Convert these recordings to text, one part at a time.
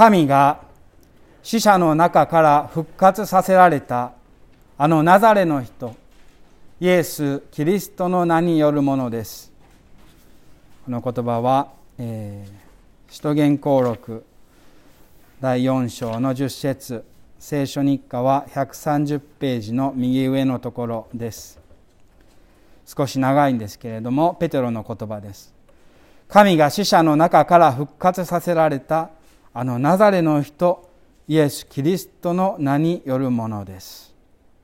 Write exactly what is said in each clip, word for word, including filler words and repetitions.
神が死者の中から復活させられたあのナザレの人、イエス・キリストの名によるものです。この言葉は、えー、使徒言行録だいよん章のじゅっ節、聖書日課はひゃくさんじゅうページの右上のところです。少し長いんですけれども、ペテロの言葉です。神が死者の中から復活させられたあのナザレの人、イエス・キリストの名によるものです。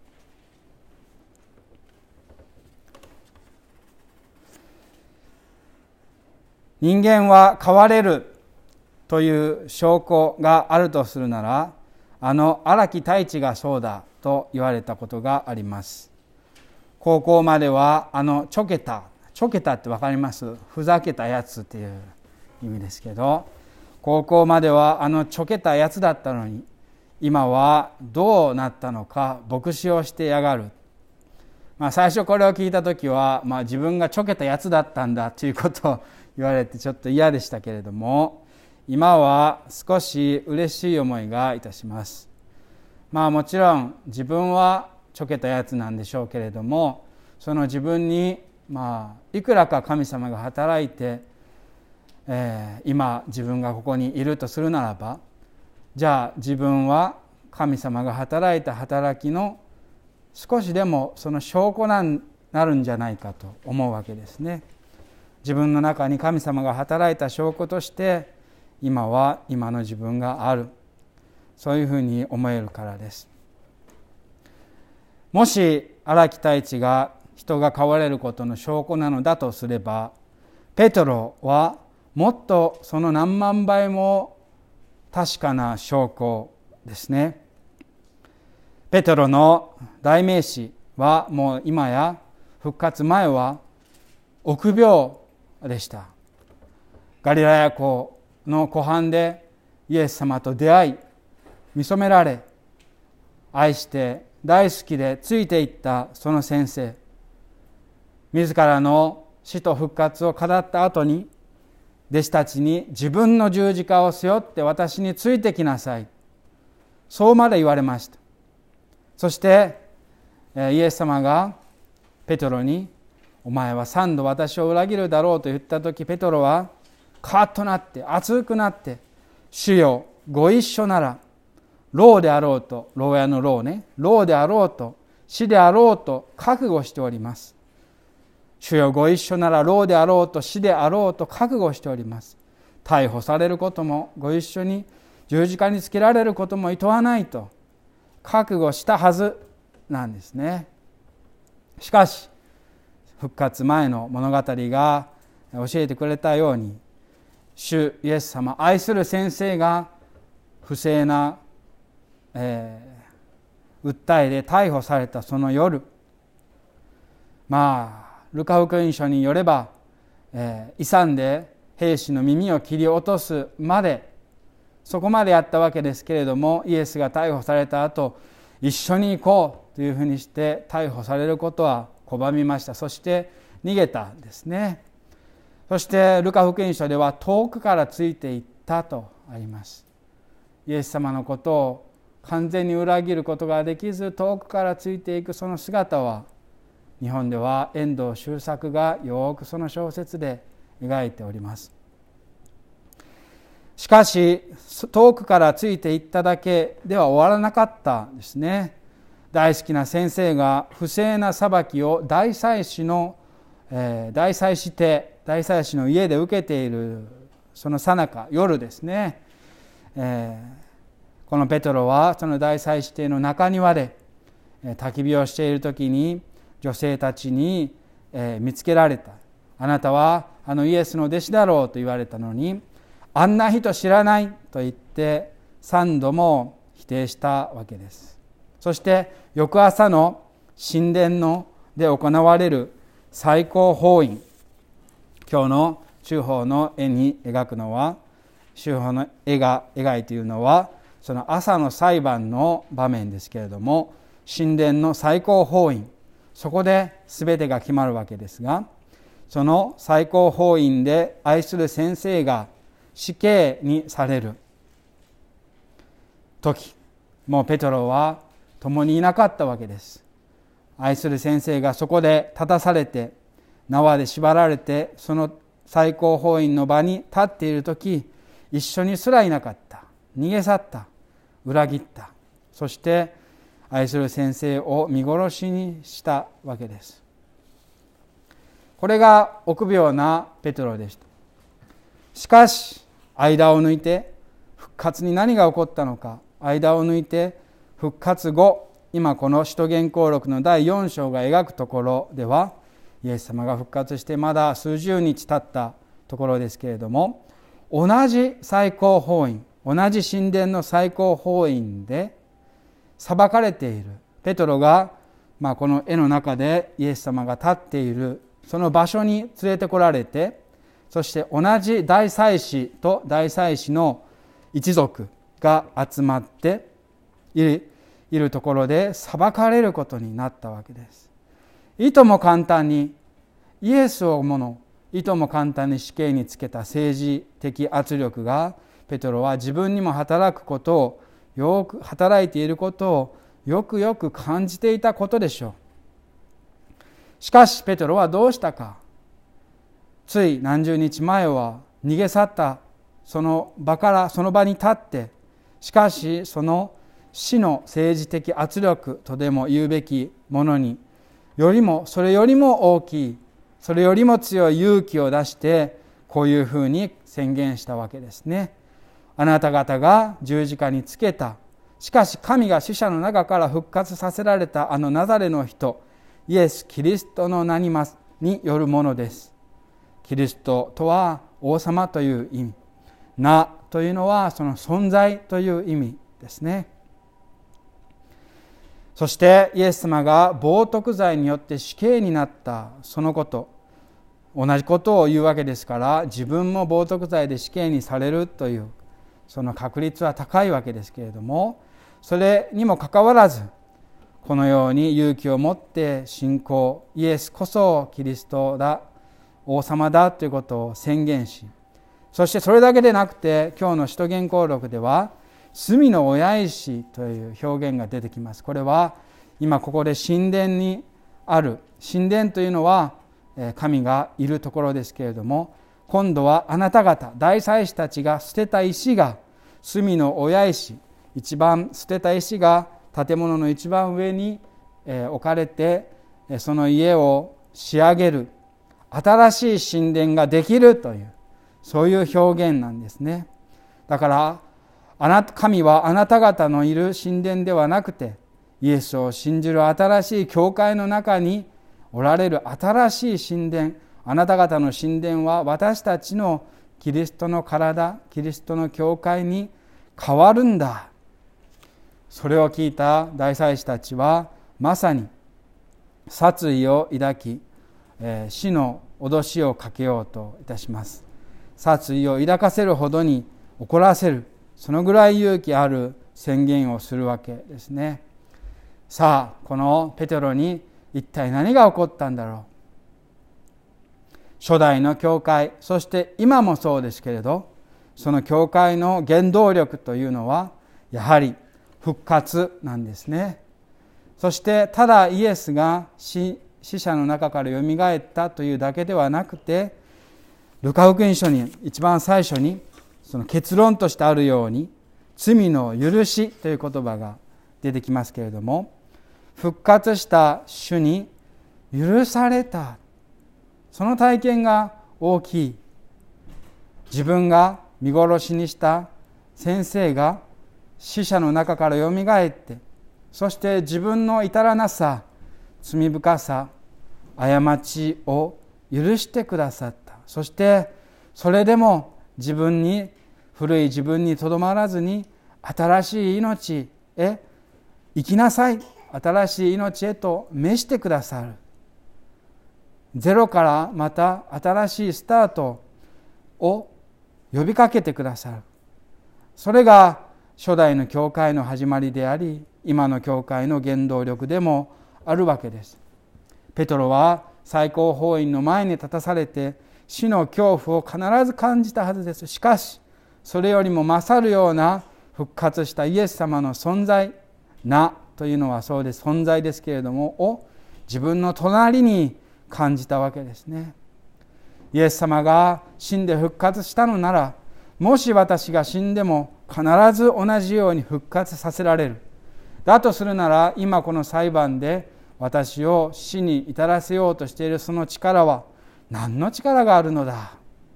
人間は変われるという証拠があるとするなら、あの荒木太一がそうだと言われたことがあります。高校まではあのちょけた、ちょけたってわかります？ふざけたやつっていう意味ですけど、高校まではあのちょけたやつだったのに、今はどうなったのか牧師をしてやがる。まあ、最初これを聞いたときは、まあ、自分がちょけたやつだったんだということを言われてちょっと嫌でしたけれども、今は少し嬉しい思いがいたします。まあもちろん自分はちょけたやつなんでしょうけれども、その自分にまあいくらか神様が働いて、えー、今自分がここにいるとするならば、じゃあ自分は神様が働いた働きの少しでもその証拠になるんじゃないかと思うわけですね。自分の中に神様が働いた証拠として今は今の自分がある、そういうふうに思えるからです。もし荒木太一が人が変われることの証拠なのだとすれば、ペテロはもっとその何万倍も確かな証拠ですね。ペテロの代名詞はもう今や復活前は臆病でした。ガリラヤ湖の湖畔でイエス様と出会い、見初められ、愛して大好きでついていったその先生、自らの死と復活を語った後に、弟子たちに自分の十字架を背負って私についてきなさい、そうまで言われました。そしてイエス様がペテロに、お前は三度私を裏切るだろうと言ったとき、ペテロはカーッとなって熱くなって、主よご一緒なら牢であろうと、牢屋の牢ね、牢であろうと死であろうと覚悟しております。主よご一緒なら牢であろうと死であろうと覚悟しております。逮捕されることもご一緒に十字架につけられることも厭わないと覚悟したはずなんですね。しかし復活前の物語が教えてくれたように、主イエス様、愛する先生が不正な、えー、訴えで逮捕されたその夜、まあルカ福音書によれば、えー、勇んで兵士の耳を切り落とすまで、そこまでやったわけですけれども、イエスが逮捕された後、一緒に行こうというふうにして逮捕されることは拒みました。そして逃げたんですね。そしてルカ福音書では遠くからついていったとあります。イエス様のことを完全に裏切ることができず、遠くからついていくその姿は、日本では遠藤周作がよくその小説で描いております。しかし遠くからついていっただけでは終わらなかったんですね。大好きな先生が不正な裁きを大祭司の、えー、大祭司邸、大祭司の家で受けているその最中、夜ですね、えー、このペテロはその大祭司邸の中庭で、えー、焚き火をしている時に女性たちに、えー、見つけられた。あなたはあのイエスの弟子だろうと言われたのに、あんな人知らないと言って三度も否定したわけです。そして翌朝の神殿ので行われる最高法院、今日の修法の絵に描くのは、修法の絵が描いているのはその朝の裁判の場面ですけれども、神殿の最高法院、そこで全てが決まるわけですが、その最高法院で愛する先生が死刑にされる。 時、もうペトロは共にいなかったわけです。愛する先生がそこで立たされて、縄で縛られて、その最高法院の場に立っている時、一緒にすらいなかった。逃げ去った。裏切った。そして愛する先生を見殺しにしたわけです。これが臆病なペトロでした。しかし間を抜いて復活に何が起こったのか、間を抜いて復活後、今この使徒言行録のだいよん章が描くところでは、イエス様が復活してまだ数十日経ったところですけれども、同じ最高法院、同じ神殿の最高法院で裁かれているペトロが、まあ、この絵の中でイエス様が立っているその場所に連れてこられて、そして同じ大祭司と大祭司の一族が集まっている、いるところで裁かれることになったわけです。いとも簡単にイエスをものいとも簡単に死刑につけた政治的圧力が、ペトロは自分にも働くことをよく働いていることをよくよく感じていたことでしょう。しかしペトロはどうしたか。つい何十日前は逃げ去ったその場からその場に立って、しかしその死の政治的圧力とでも言うべきものによりもそれよりも大きい、それよりも強い勇気を出してこういうふうに宣言したわけですね。あなた方が十字架につけた、しかし神が死者の中から復活させられたあのナザレの人イエス・キリストの名によるものです。キリストとは王様という意味、名というのはその存在という意味ですね。そしてイエス様が冒涜罪によって死刑になったそのこと、同じことを言うわけですから、自分も冒涜罪で死刑にされるというその確率は高いわけですけれども、それにもかかわらずこのように勇気を持って信仰、イエスこそキリストだ、王様だということを宣言し、そしてそれだけでなくて今日の使徒言行録では隅の親石という表現が出てきます。これは今ここで神殿にある、神殿というのは神がいるところですけれども、今度はあなた方大祭司たちが捨てた石が隅の親石、一番捨てた石が建物の一番上に置かれて、その家を仕上げる新しい神殿ができるという、そういう表現なんですね。だからあなた神はあなた方のいる神殿ではなくて、イエスを信じる新しい教会の中におられる新しい神殿、あなた方の神殿は私たちのキリストの体、キリストの教会に変わるんだ。それを聞いた大祭司たちはまさに殺意を抱き、えー、死の脅しをかけようといたします。殺意を抱かせるほどに怒らせる、そのぐらい勇気ある宣言をするわけですね。さあ、このペテロに一体何が起こったんだろう。初代の教会、そして今もそうですけれど、その教会の原動力というのはやはり復活なんですね。そしてただイエスが 死, 死者の中からよみがえったというだけではなくて、ルカ福音書に一番最初にその結論としてあるように、罪の許しという言葉が出てきますけれども、復活した主に許された、その体験が大きい。自分が見殺しにした先生が死者の中からよみがえって、そして自分の至らなさ、罪深さ、過ちを許してくださった。そしてそれでも自分に、古い自分にとどまらずに新しい命へ生きなさい、新しい命へと召してくださる。ゼロからまた新しいスタートを呼びかけてくださる。それが初代の教会の始まりであり、今の教会の原動力でもあるわけです。ペトロは最高法院の前に立たされて死の恐怖を必ず感じたはずです。しかしそれよりも勝るような復活したイエス様の存在、なというのはそうです、存在ですけれども、を自分の隣に感じたわけですね。イエス様が死んで復活したのなら、もし私が死んでも必ず同じように復活させられる。だとするなら、今この裁判で私を死に至らせようとしているその力は何の力があるのだ。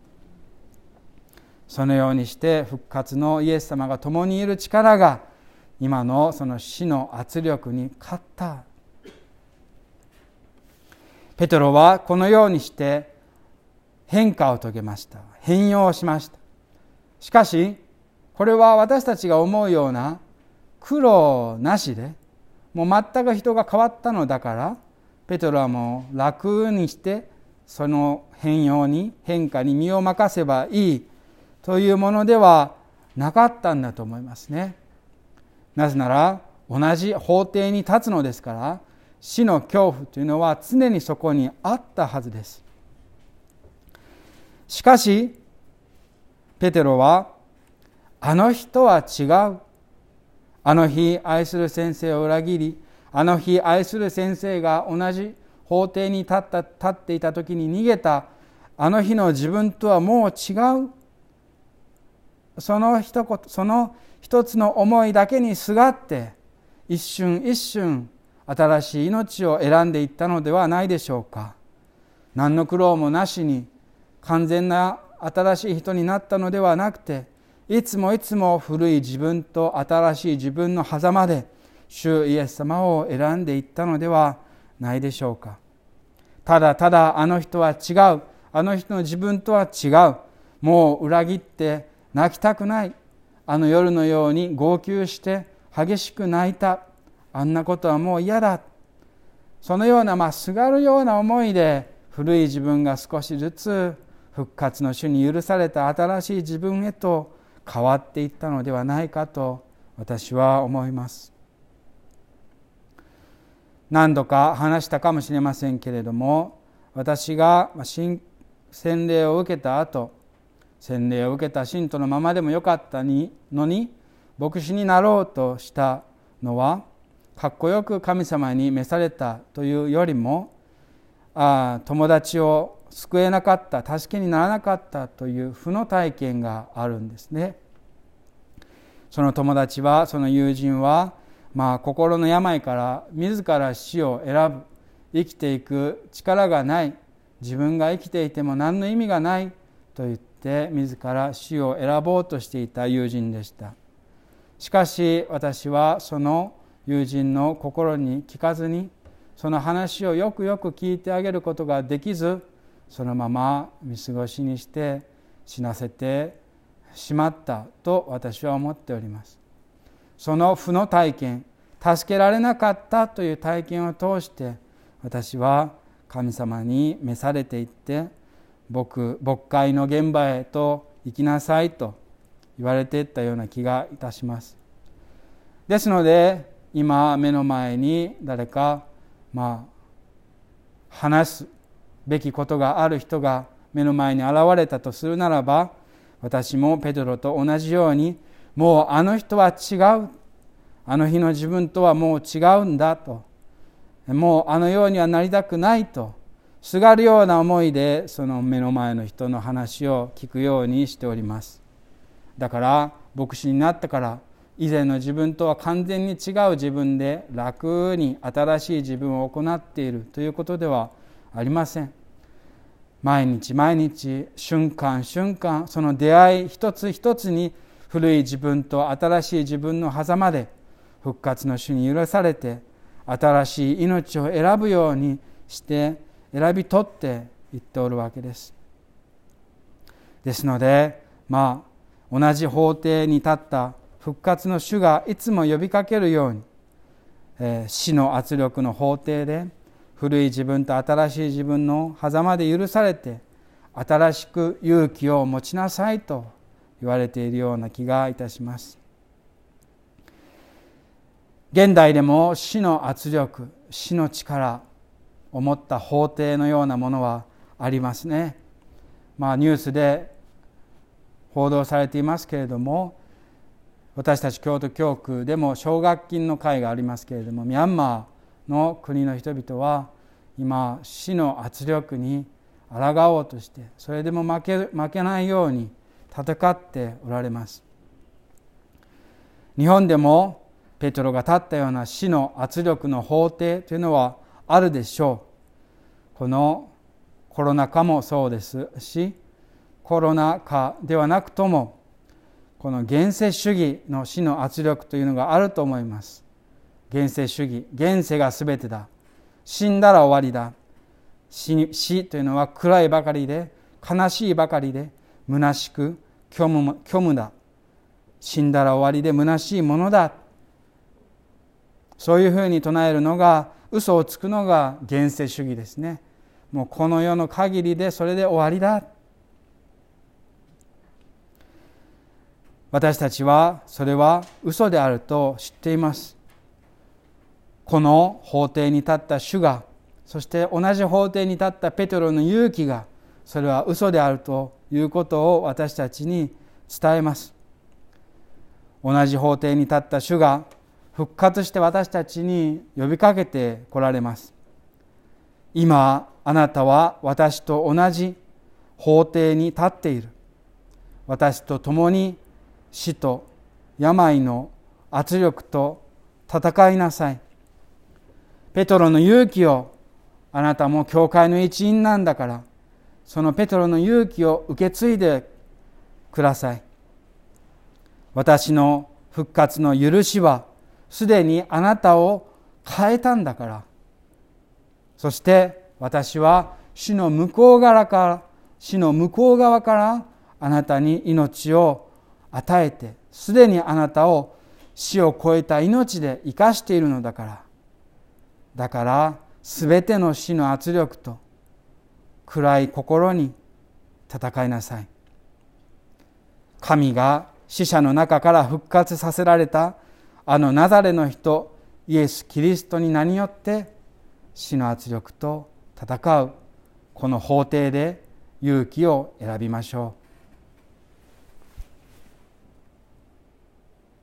そのようにして復活のイエス様が共にいる力が今のその死の圧力に勝った。ペテロはこのようにして変化を遂げました。変容しました。しかしこれは私たちが思うような苦労なしで、もう全く人が変わったのだから、ペテロはもう楽にしてその変容に変化に身を任せばいいというものではなかったんだと思いますね。なぜなら同じ法廷に立つのですから、死の恐怖というのは常にそこにあったはずです。しかしペテロは、あの人は違う、あの日愛する先生を裏切り、あの日愛する先生が同じ法廷に立った、立っていた時に逃げたあの日の自分とはもう違う、その一言、その一つの思いだけにすがって一瞬一瞬新しい命を選んでいったのではないでしょうか。何の苦労もなしに完全な新しい人になったのではなくて、いつもいつも古い自分と新しい自分の狭間で主イエス様を選んでいったのではないでしょうか。ただただあの人は違う、あの人の自分とは違う、もう裏切って泣きたくない、あの夜のように号泣して激しく泣いた、あんなことはもう嫌だ、そのようなまあすがるような思いで古い自分が少しずつ復活の主に許された新しい自分へと変わっていったのではないかと私は思います。何度か話したかもしれませんけれども、私が洗礼を受けた後、洗礼を受けた信徒のままでもよかったのに牧師になろうとしたのは、かっこよく神様に召されたというよりも、あ友達を救えなかった、助けにならなかったという負の体験があるんですね。その友達は、その友人は、まあ、心の病から自ら死を選ぶ、生きていく力がない、自分が生きていても何の意味がないと言って自ら死を選ぼうとしていた友人でした。しかし私はその友人の心に聞かずに、その話をよくよく聞いてあげることができず、そのまま見過ごしにして死なせてしまったと私は思っております。その負の体験、助けられなかったという体験を通して、私は神様に召されていって、僕牧会の現場へと行きなさいと言われていったような気がいたします。ですので今目の前に誰かまあ話すべきことがある人が目の前に現れたとするならば、私もペテロと同じように、もうあの人は違う、あの日の自分とはもう違うんだと、もうあのようにはなりたくないとすがるような思いで、その目の前の人の話を聞くようにしております。だから牧師になったから以前の自分とは完全に違う自分で楽に新しい自分を行っているということではありません。毎日毎日瞬間瞬間、その出会い一つ一つに古い自分と新しい自分の狭間で復活の主に許されて、新しい命を選ぶようにして選び取っていっておるわけです。ですので、まあ同じ法廷に立った復活の主がいつも呼びかけるように、えー、死の圧力の法廷で古い自分と新しい自分の狭間で許されて、新しく勇気を持ちなさいと言われているような気がいたします。現代でも死の圧力、死の力を持った法廷のようなものはありますね。まあニュースで報道されていますけれども、 私たち京都教区でも奨学金の会がありますけれども、ミャンマーの国の人々は今死の圧力に抗おうとして、それでも負け、負けないように戦っておられます。日本でもペトロが立ったような死の圧力の法廷というのはあるでしょう。このコロナ禍もそうですし、コロナ禍ではなくともこの現世主義の死の圧力というのがあると思います。現世主義、現世がすべてだ、死んだら終わりだ、 死, 死というのは暗いばかりで悲しいばかりで虚しく虚無、虚無だ、死んだら終わりで虚しいものだ、そういうふうに唱えるのが、嘘をつくのが現世主義ですね。もうこの世の限りでそれで終わりだ。私たちはそれは嘘であると知っています。この法廷に立った主が、そして同じ法廷に立ったペテロの勇気が、それは嘘であるということを私たちに伝えます。同じ法廷に立った主が復活して私たちに呼びかけて来られます。今あなたは私と同じ法廷に立っている。私と共に死と病の圧力と戦いなさい。ペトロの勇気を、あなたも教会の一員なんだから、そのペトロの勇気を受け継いでください。私の復活の許しはすでにあなたを変えたんだから、そして私は死の向こう側から死の向こう側からあなたに命を与えて、すでにあなたを死を超えた命で生かしているのだから、だからすべての死の圧力と暗い心に戦いなさい。神が死者の中から復活させられたあのナザレの人イエス・キリストに名によって死の圧力と戦うこの法廷で勇気を選びましょう。